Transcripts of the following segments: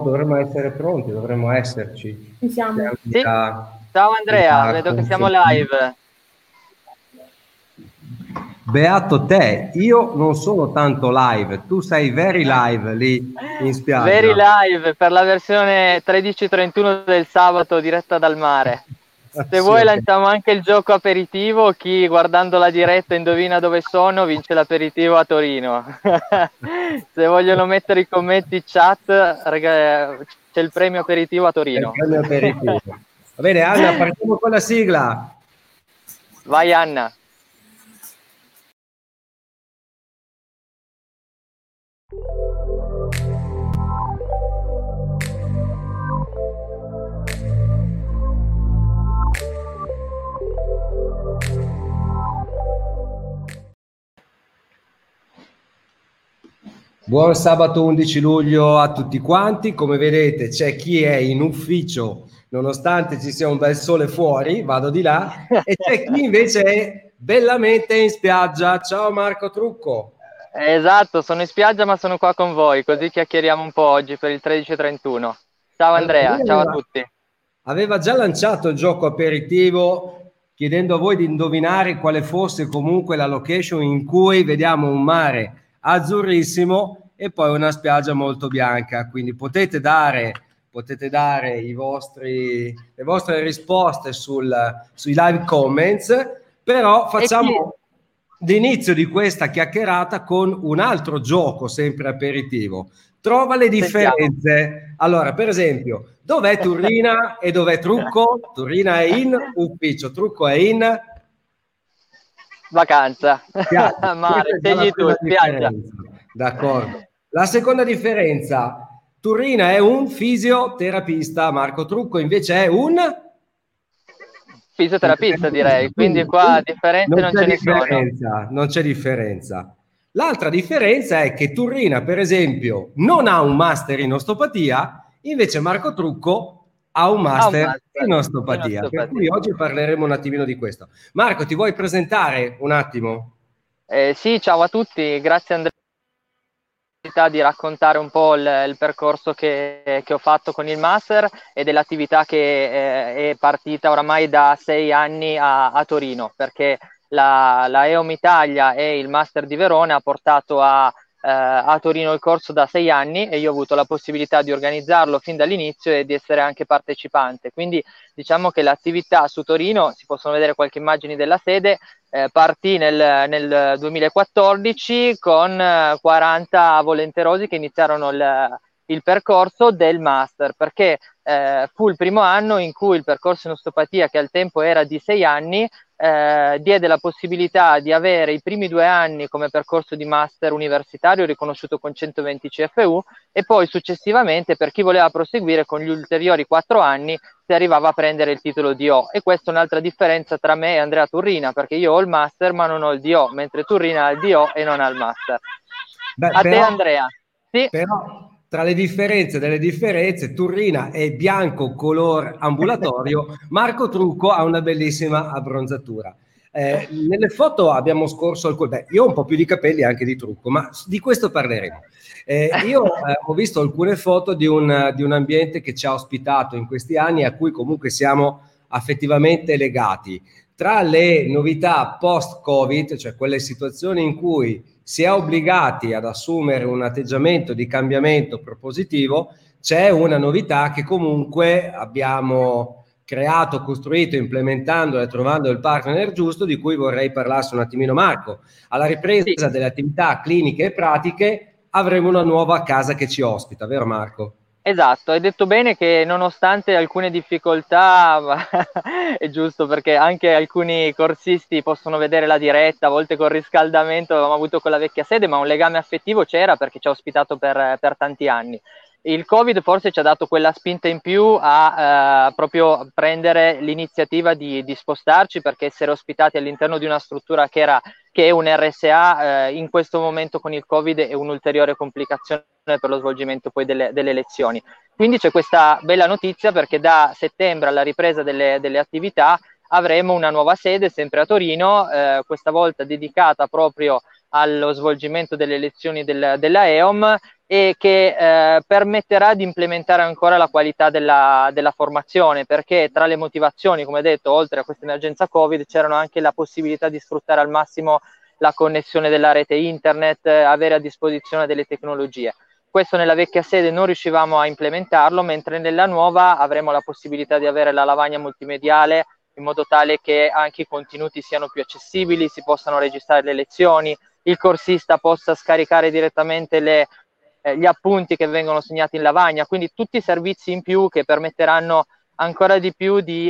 dovremmo essere pronti, dovremmo esserci. Ci siamo. Sì. Ciao Andrea, vedo che siamo live. Beato te, io non sono tanto live, tu sei very live lì in spiaggia. Very live per la versione 13:31 del sabato diretta dal mare. Se vuoi lanciamo anche il gioco aperitivo, chi guardando la diretta indovina dove sono vince l'aperitivo a Torino. Se vogliono mettere i commenti chat, c'è il premio aperitivo a Torino. Il premio aperitivo. Va bene Anna, partiamo con la sigla. Vai Anna. Buon sabato 11 luglio a tutti quanti. Come vedete c'è chi è in ufficio nonostante ci sia un bel sole fuori, vado di là, e c'è chi invece è bellamente in spiaggia. Ciao Marco Trucco. Esatto, sono in spiaggia ma sono qua con voi, così chiacchieriamo un po' oggi per il 13:31. Ciao Andrea, ciao a tutti. Aveva già lanciato il gioco aperitivo chiedendo a voi di indovinare quale fosse comunque la location in cui vediamo un mare azzurrissimo e poi una spiaggia molto bianca, quindi potete dare le vostre risposte sui live comments, però facciamo l'inizio di questa chiacchierata con un altro gioco sempre aperitivo. Trova le differenze. Allora, per esempio, dov'è Turrina e dov'è Trucco? Turrina è in ufficio, Trucco è in vacanza. Mare, scegli tu, spiaggia. D'accordo. La seconda differenza, Turrina è un fisioterapista, Marco Trucco invece è un fisioterapista, direi, quindi qua differenze non ce ne sono. Non c'è differenza. L'altra differenza è che Turrina, per esempio, non ha un master in osteopatia, invece Marco Trucco ha un master in osteopatia. Per cui oggi parleremo un attimino di questo. Marco, ti vuoi presentare un attimo? Sì, ciao a tutti, grazie Andrea di raccontare un po' il percorso che ho fatto con il master e dell'attività che è partita oramai da 6 anni a Torino, perché la EOM Italia e il master di Verona ha portato a Torino il corso da 6 anni e io ho avuto la possibilità di organizzarlo fin dall'inizio e di essere anche partecipante. Quindi diciamo che l'attività su Torino, si possono vedere qualche immagine della sede, partì nel 2014 con 40 volenterosi che iniziarono il percorso del master, perché fu il primo anno in cui il percorso in osteopatia, che al tempo era di 6 anni, diede la possibilità di avere i primi 2 anni come percorso di master universitario riconosciuto con 120 CFU e poi successivamente per chi voleva proseguire con gli ulteriori 4 anni si arrivava a prendere il titolo DO. E questa è un'altra differenza tra me e Andrea Turrina, perché io ho il master ma non ho il DO, mentre Turrina ha il DO e non ha il master. Te Andrea. Sì. Però tra le differenze delle differenze, Turrina è bianco color ambulatorio, Marco Trucco ha una bellissima abbronzatura. Nelle foto abbiamo scorso io ho un po' più di capelli anche di Trucco, ma di questo parleremo. Io ho visto alcune foto di un ambiente che ci ha ospitato in questi anni, a cui comunque siamo affettivamente legati. Tra le novità post-Covid, cioè quelle situazioni in cui si è obbligati ad assumere un atteggiamento di cambiamento propositivo, c'è una novità che comunque abbiamo creato, costruito, implementando e trovando il partner giusto, di cui vorrei parlarsi un attimino Marco. Alla ripresa delle attività cliniche e pratiche avremo una nuova casa che ci ospita, vero Marco? Esatto, hai detto bene che nonostante alcune difficoltà, è giusto perché anche alcuni corsisti possono vedere la diretta, a volte col riscaldamento avevamo avuto con la vecchia sede, ma un legame affettivo c'era perché ci ha ospitato per tanti anni. Il Covid forse ci ha dato quella spinta in più a proprio prendere l'iniziativa di spostarci, perché essere ospitati all'interno di una struttura che è un RSA in questo momento con il Covid è un'ulteriore complicazione per lo svolgimento poi delle elezioni. Quindi c'è questa bella notizia perché da settembre alla ripresa delle attività avremo una nuova sede sempre a Torino, questa volta dedicata proprio allo svolgimento delle lezioni della EOM e che permetterà di implementare ancora la qualità della formazione, perché tra le motivazioni, come detto, oltre a questa emergenza Covid, c'erano anche la possibilità di sfruttare al massimo la connessione della rete internet, avere a disposizione delle tecnologie. Questo nella vecchia sede non riuscivamo a implementarlo, mentre nella nuova avremo la possibilità di avere la lavagna multimediale in modo tale che anche i contenuti siano più accessibili, si possano registrare le lezioni, il corsista possa scaricare direttamente gli appunti che vengono segnati in lavagna, quindi tutti i servizi in più che permetteranno ancora di più di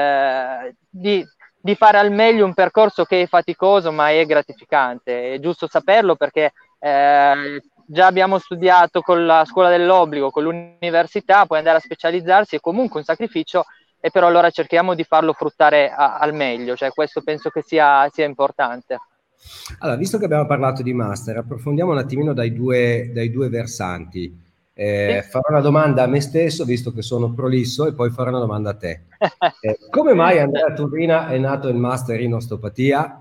fare al meglio un percorso che è faticoso ma è gratificante. È giusto saperlo perché già abbiamo studiato con la scuola dell'obbligo, con l'università, poi andare a specializzarsi è comunque un sacrificio, e però allora cerchiamo di farlo fruttare al meglio, cioè questo penso che sia importante. Allora, visto che abbiamo parlato di master, approfondiamo un attimino dai due versanti. Sì? Farò una domanda a me stesso, visto che sono prolisso, e poi farò una domanda a te. Come mai Andrea Turrina è nato il master in osteopatia?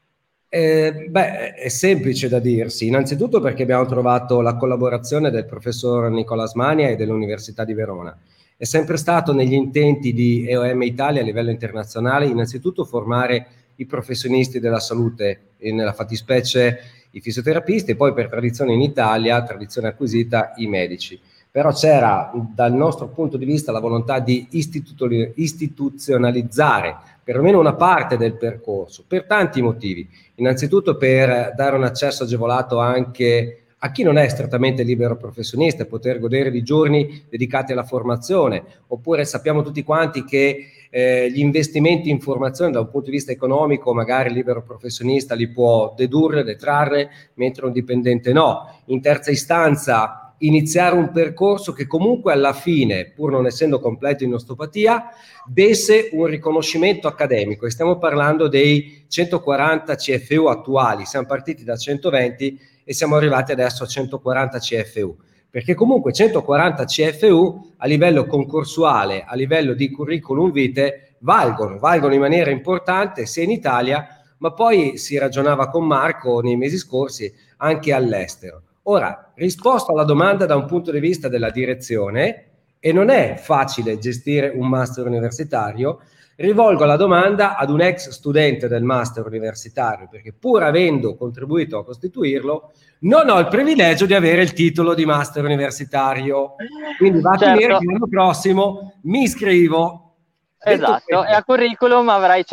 È semplice da dirsi, innanzitutto perché abbiamo trovato la collaborazione del professor Nicola Smania e dell'Università di Verona. È sempre stato negli intenti di EOM Italia a livello internazionale innanzitutto formare i professionisti della salute, e nella fattispecie i fisioterapisti, e poi per tradizione in Italia, tradizione acquisita, i medici. Però c'era dal nostro punto di vista la volontà di istituzionalizzare perlomeno una parte del percorso, per tanti motivi. Innanzitutto per dare un accesso agevolato anche a chi non è strettamente libero professionista, poter godere di giorni dedicati alla formazione, oppure sappiamo tutti quanti che gli investimenti in formazione da un punto di vista economico magari il libero professionista li può dedurre, detrarre, mentre un dipendente no. In terza istanza iniziare un percorso che comunque alla fine, pur non essendo completo in osteopatia, desse un riconoscimento accademico, e stiamo parlando dei 140 CFU attuali, siamo partiti da 120 e siamo arrivati adesso a 140 CFU, perché comunque 140 CFU a livello concorsuale, a livello di curriculum vitae, valgono in maniera importante sia in Italia, ma poi si ragionava con Marco nei mesi scorsi anche all'estero. Ora, risposto alla domanda da un punto di vista della direzione, e non è facile gestire un master universitario, rivolgo la domanda ad un ex studente del master universitario, perché pur avendo contribuito a costituirlo, non ho il privilegio di avere il titolo di master universitario. Quindi va a finire che l'anno prossimo mi iscrivo. Esatto, e a curriculum avrai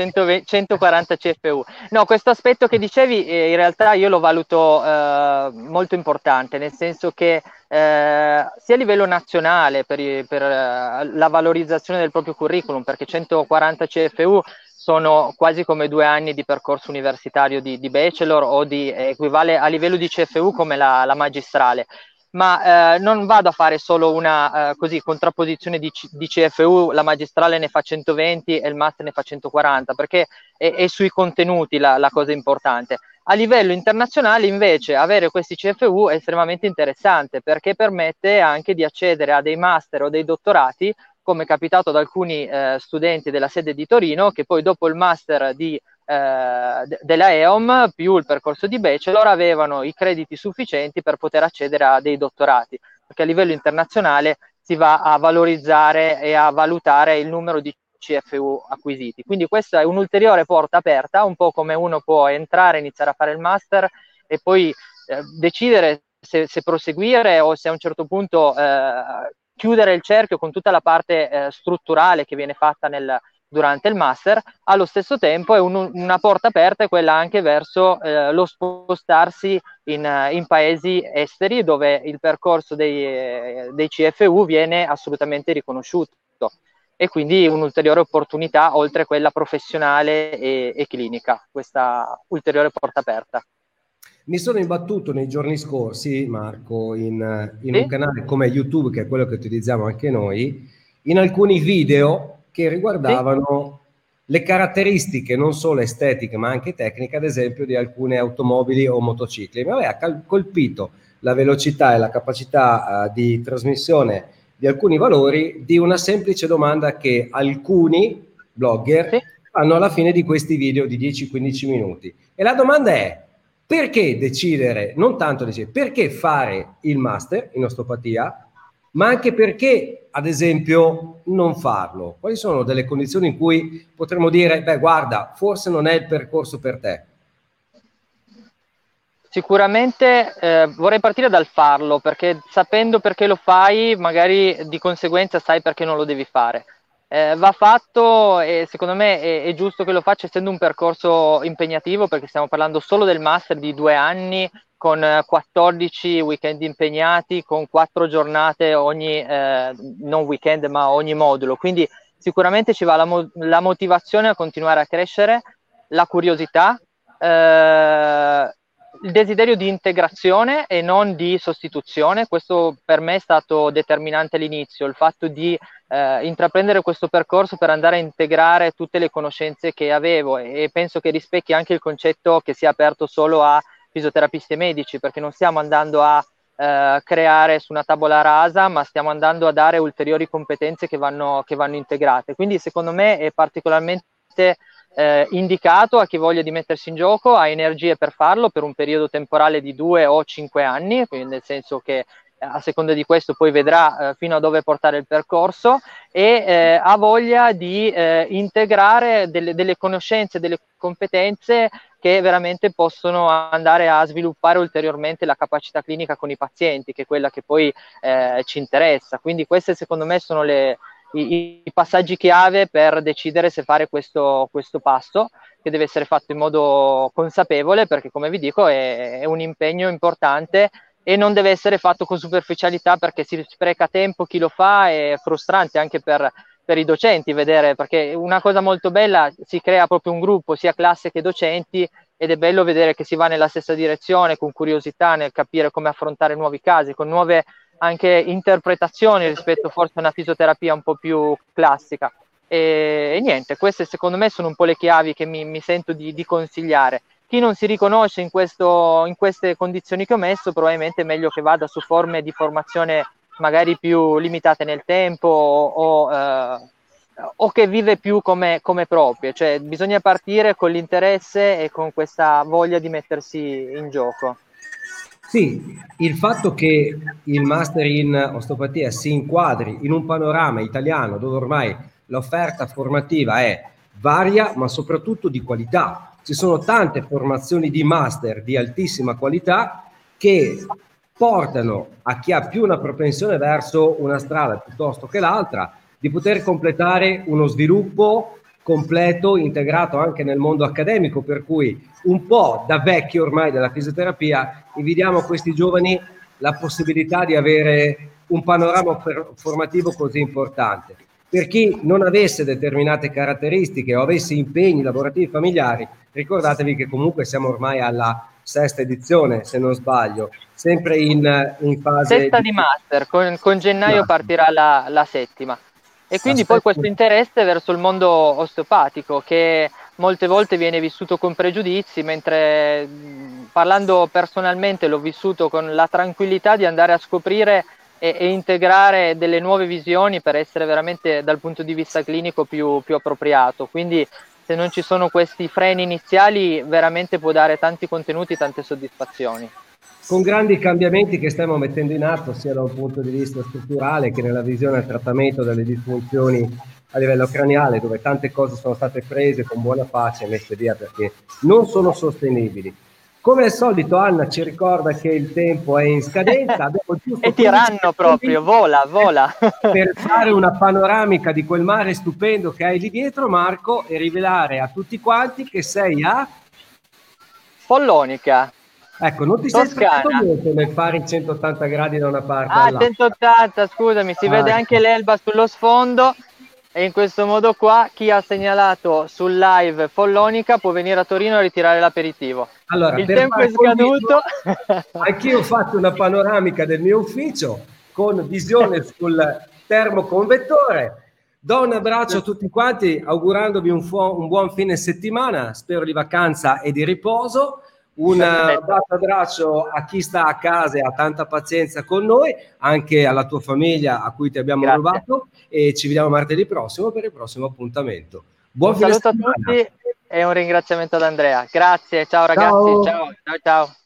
140 CFU. No, questo aspetto che dicevi in realtà io lo valuto molto importante, nel senso che sia a livello nazionale per la valorizzazione del proprio curriculum, perché 140 CFU sono quasi come 2 anni di percorso universitario di bachelor, o equivale a livello di CFU come la magistrale. Ma non vado a fare solo una contrapposizione di CFU, la magistrale ne fa 120 e il master ne fa 140, perché è sui contenuti la cosa importante. A livello internazionale invece avere questi CFU è estremamente interessante, perché permette anche di accedere a dei master o dei dottorati, come è capitato ad alcuni studenti della sede di Torino, che poi dopo il master della EOM più il percorso di bachelor avevano i crediti sufficienti per poter accedere a dei dottorati, perché a livello internazionale si va a valorizzare e a valutare il numero di CFU acquisiti. Quindi questa è un'ulteriore porta aperta, un po' come uno può entrare, iniziare a fare il master e poi decidere se proseguire o se a un certo punto chiudere il cerchio con tutta la parte strutturale che viene fatta durante il master. Allo stesso tempo è una porta aperta, è quella anche verso lo spostarsi in paesi esteri dove il percorso dei CFU viene assolutamente riconosciuto, e quindi un'ulteriore opportunità oltre quella professionale e clinica, questa ulteriore porta aperta. Mi sono imbattuto nei giorni scorsi, Marco, in Sì? un canale come YouTube, che è quello che utilizziamo anche noi, in alcuni video che riguardavano le caratteristiche non solo estetiche ma anche tecniche, ad esempio, di alcune automobili o motocicli. Mi aveva colpito la velocità e la capacità di trasmissione di alcuni valori di una semplice domanda che alcuni blogger fanno alla fine di questi video di 10-15 minuti. E la domanda è: perché decidere, non tanto decidere, perché fare il master in osteopatia, ma anche perché, ad esempio, non farlo? Quali sono delle condizioni in cui potremmo dire, beh, guarda, forse non è il percorso per te? Sicuramente vorrei partire dal farlo, perché sapendo perché lo fai, magari di conseguenza sai perché non lo devi fare. Va fatto e secondo me è giusto che lo faccia, essendo un percorso impegnativo, perché stiamo parlando solo del master di 2 anni, con 14 weekend impegnati, con 4 giornate ogni, non weekend ma ogni modulo. Quindi sicuramente ci va la motivazione a continuare a crescere, la curiosità, il desiderio di integrazione e non di sostituzione. Questo per me è stato determinante all'inizio, il fatto di intraprendere questo percorso per andare a integrare tutte le conoscenze che avevo, e penso che rispecchi anche il concetto che sia aperto solo a fisioterapisti e medici, perché non stiamo andando a creare su una tavola rasa, ma stiamo andando a dare ulteriori competenze che vanno integrate. Quindi secondo me è particolarmente indicato a chi voglia di mettersi in gioco, ha energie per farlo per un periodo temporale di 2 o 5 anni, quindi nel senso che a seconda di questo poi vedrà fino a dove portare il percorso, e ha voglia di integrare delle conoscenze, delle competenze che veramente possono andare a sviluppare ulteriormente la capacità clinica con i pazienti, che è quella che poi ci interessa. Quindi queste secondo me sono i passaggi chiave per decidere se fare questo passo, che deve essere fatto in modo consapevole, perché come vi dico è un impegno importante e non deve essere fatto con superficialità, perché si spreca tempo chi lo fa, è frustrante anche per i docenti vedere, perché una cosa molto bella, si crea proprio un gruppo sia classe che docenti, ed è bello vedere che si va nella stessa direzione, con curiosità nel capire come affrontare nuovi casi, con nuove anche interpretazioni rispetto forse a una fisioterapia un po' più classica. E niente, queste secondo me sono un po' le chiavi che mi sento di consigliare. Chi non si riconosce in queste condizioni che ho messo, probabilmente è meglio che vada su forme di formazione magari più limitate nel tempo, o che vive più come proprie. Cioè bisogna partire con l'interesse e con questa voglia di mettersi in gioco. Sì, il fatto che il master in osteopatia si inquadri in un panorama italiano dove ormai l'offerta formativa è varia, ma soprattutto di qualità. Ci sono tante formazioni di master di altissima qualità che portano a chi ha più una propensione verso una strada piuttosto che l'altra di poter completare uno sviluppo completo, integrato anche nel mondo accademico, per cui un po' da vecchi ormai della fisioterapia invidiamo a questi giovani la possibilità di avere un panorama formativo così importante. Per chi non avesse determinate caratteristiche o avesse impegni lavorativi familiari, ricordatevi che comunque siamo ormai alla 6ª edizione, se non sbaglio, sempre in fase... Sesta di master, con gennaio partirà la 7ª. E quindi poi questo interesse verso il mondo osteopatico, che molte volte viene vissuto con pregiudizi, mentre parlando personalmente l'ho vissuto con la tranquillità di andare a scoprire e integrare delle nuove visioni per essere veramente dal punto di vista clinico più appropriato. Quindi se non ci sono questi freni iniziali, veramente può dare tanti contenuti, tante soddisfazioni. Con grandi cambiamenti che stiamo mettendo in atto sia da un punto di vista strutturale che nella visione al trattamento delle disfunzioni a livello craniale, dove tante cose sono state prese con buona pace e messe via perché non sono sostenibili. Come al solito Anna ci ricorda che il tempo è in scadenza. È tiranno proprio, vola. Per fare una panoramica di quel mare stupendo che hai lì dietro, Marco, e rivelare a tutti quanti che sei a Follonica. Ecco, non ti sei sprecato molto nel fare i 180 gradi da una parte all'altra. 180, scusami, si vede anche l'Elba sullo sfondo, e in questo modo qua chi ha segnalato sul live Follonica può venire a Torino a ritirare l'aperitivo. Allora, il tempo è scaduto. Anch'io ho fatto una panoramica del mio ufficio con visione sul termoconvettore. Do un abbraccio a tutti quanti, augurandovi un buon fine settimana, spero di vacanza e di riposo. Un bacio abbraccio a chi sta a casa e ha tanta pazienza con noi, anche alla tua famiglia a cui ti abbiamo rubato, e ci vediamo martedì prossimo per il prossimo appuntamento. Buon fine settimana. Saluto a tutti E un ringraziamento ad Andrea. Grazie, ciao ragazzi, Ciao. ciao, ciao, ciao.